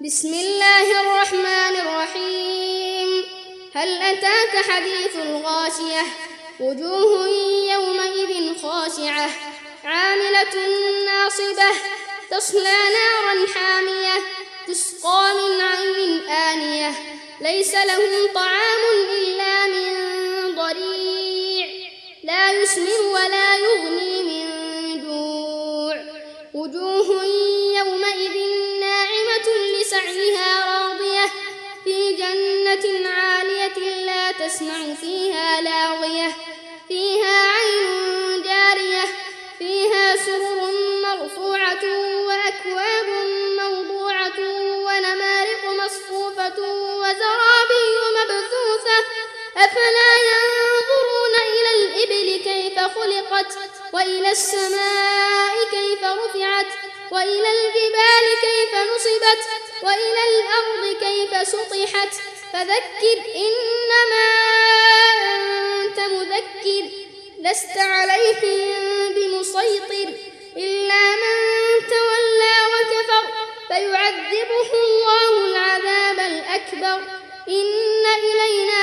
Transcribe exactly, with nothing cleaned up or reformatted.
بسم الله الرحمن الرحيم. هل أتاك حديث الغاشية؟ وجوه يومئذ خاشعة عاملة ناصبة تصلى نارا حامية تسقى من عين آنية ليس لهم طعام إلا من ضريع لا يسمن ولا يغني من جوع. وجوه يومئذ ناعمة لسعيها راضية في جنة عالية لا تسمع فيها لاغية فيها عين جارية فيها سرر مرفوعة وأكواب موضوعة ونمارق مصفوفة وزرابي مبثوثة أفلا ينظرون إلى الإبل كيف خلقت وإلى السماء كيف رفعت وإلى الجبال كيف نصبت وإلى الأرض كيف سطحت فذكر إنما أنت مذكر لست عليهم بمسيطر إلا من تولى وكفر فيعذبه الله العذاب الأكبر إن إلينا